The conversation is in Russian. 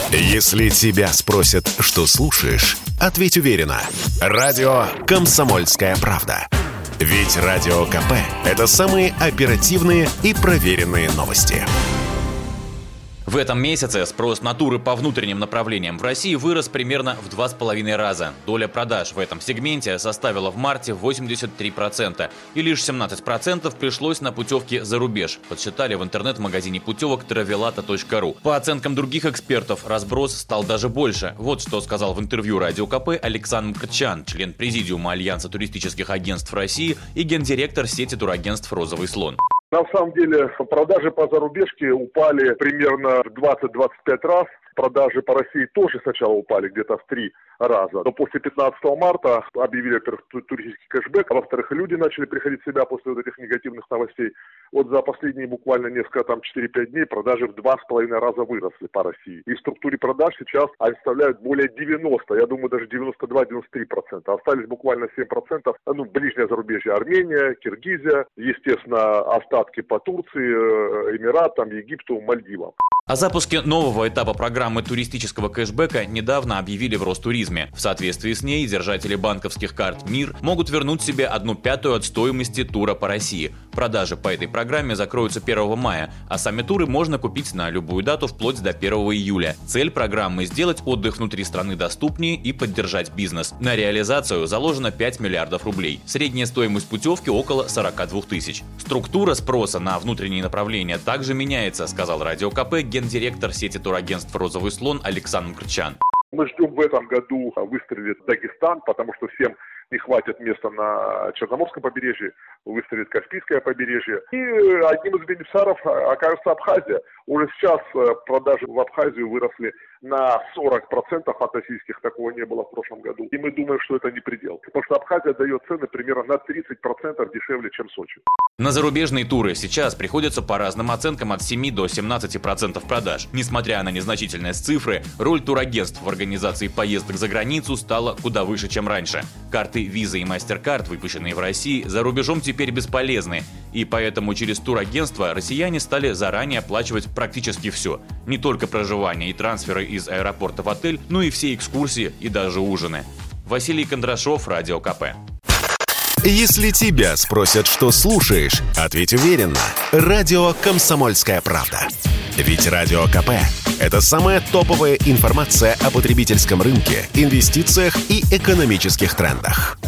Если тебя спросят, что слушаешь, ответь уверенно. Радио «Комсомольская правда». Ведь Радио КП – это самые оперативные и проверенные новости. В этом месяце спрос на туры по внутренним направлениям в России вырос примерно в 2,5 раза. Доля продаж в этом сегменте составила в марте 83%, и лишь 17% пришлось на путевки за рубеж, подсчитали в интернет-магазине путевок travelata.ru. По оценкам других экспертов, разброс стал даже больше. Вот что сказал в интервью Радио КП Александр Мкртчян, член президиума Альянса туристических агентств России и гендиректор сети турагентств «Розовый слон». На самом деле продажи по зарубежке упали примерно в 20-25 раз. Продажи по России тоже сначала упали где-то в 3 раза. Но после 15 марта объявили, во-первых, туристический кэшбэк, а во-вторых, люди начали приходить в себя после вот этих негативных новостей. Вот за последние буквально несколько, 4-5 дней продажи в 2,5 раза выросли по России. И в структуре продаж сейчас они составляют более 90, я думаю, даже 92-93%. Остались буквально 7%, ближнее зарубежье, Армения, Киргизия, естественно, остатки по Турции, Эмиратам, Египту, Мальдивам. О запуске нового этапа программы туристического кэшбэка недавно объявили в Ростуризме. В соответствии с ней держатели банковских карт «Мир» могут вернуть себе 1/5 от стоимости тура по России. Продажи по этой программе закроются 1 мая, а сами туры можно купить на любую дату вплоть до 1 июля. Цель программы – сделать отдых внутри страны доступнее и поддержать бизнес. На реализацию заложено 5 миллиардов рублей. Средняя стоимость путевки около 42 тысяч. Структура спроса на внутренние направления также меняется, сказал Радио КП гендиректор сети турагентств «Розовый слон» Александр Мкртчян. Мы ждем в этом году выстрелит Дагестан, потому что всем не хватит места на Черноморском побережье, выстрелит Каспийское побережье. И одним из бенефициаров окажется Абхазия. Уже сейчас продажи в Абхазию выросли на 40% от российских, такого не было в прошлом году. И мы думаем, что это не предел. Потому что Абхазия дает цены примерно на 30% дешевле, чем Сочи. На зарубежные туры сейчас приходится по разным оценкам от 7 до 17% продаж. Несмотря на незначительные цифры, роль турагентств в организации поездок за границу стала куда выше, чем раньше. Карты Visa и MasterCard, выпущенные в России, за рубежом теперь бесполезны. И поэтому через турагентство россияне стали заранее оплачивать практически все. Не только проживание и трансферы из аэропорта в отель, но и все экскурсии и даже ужины. Василий Кондрашов, Радио КП. Если тебя спросят, что слушаешь, ответь уверенно. Радио «Комсомольская правда». Ведь Радио КП – это самая топовая информация о потребительском рынке, инвестициях и экономических трендах.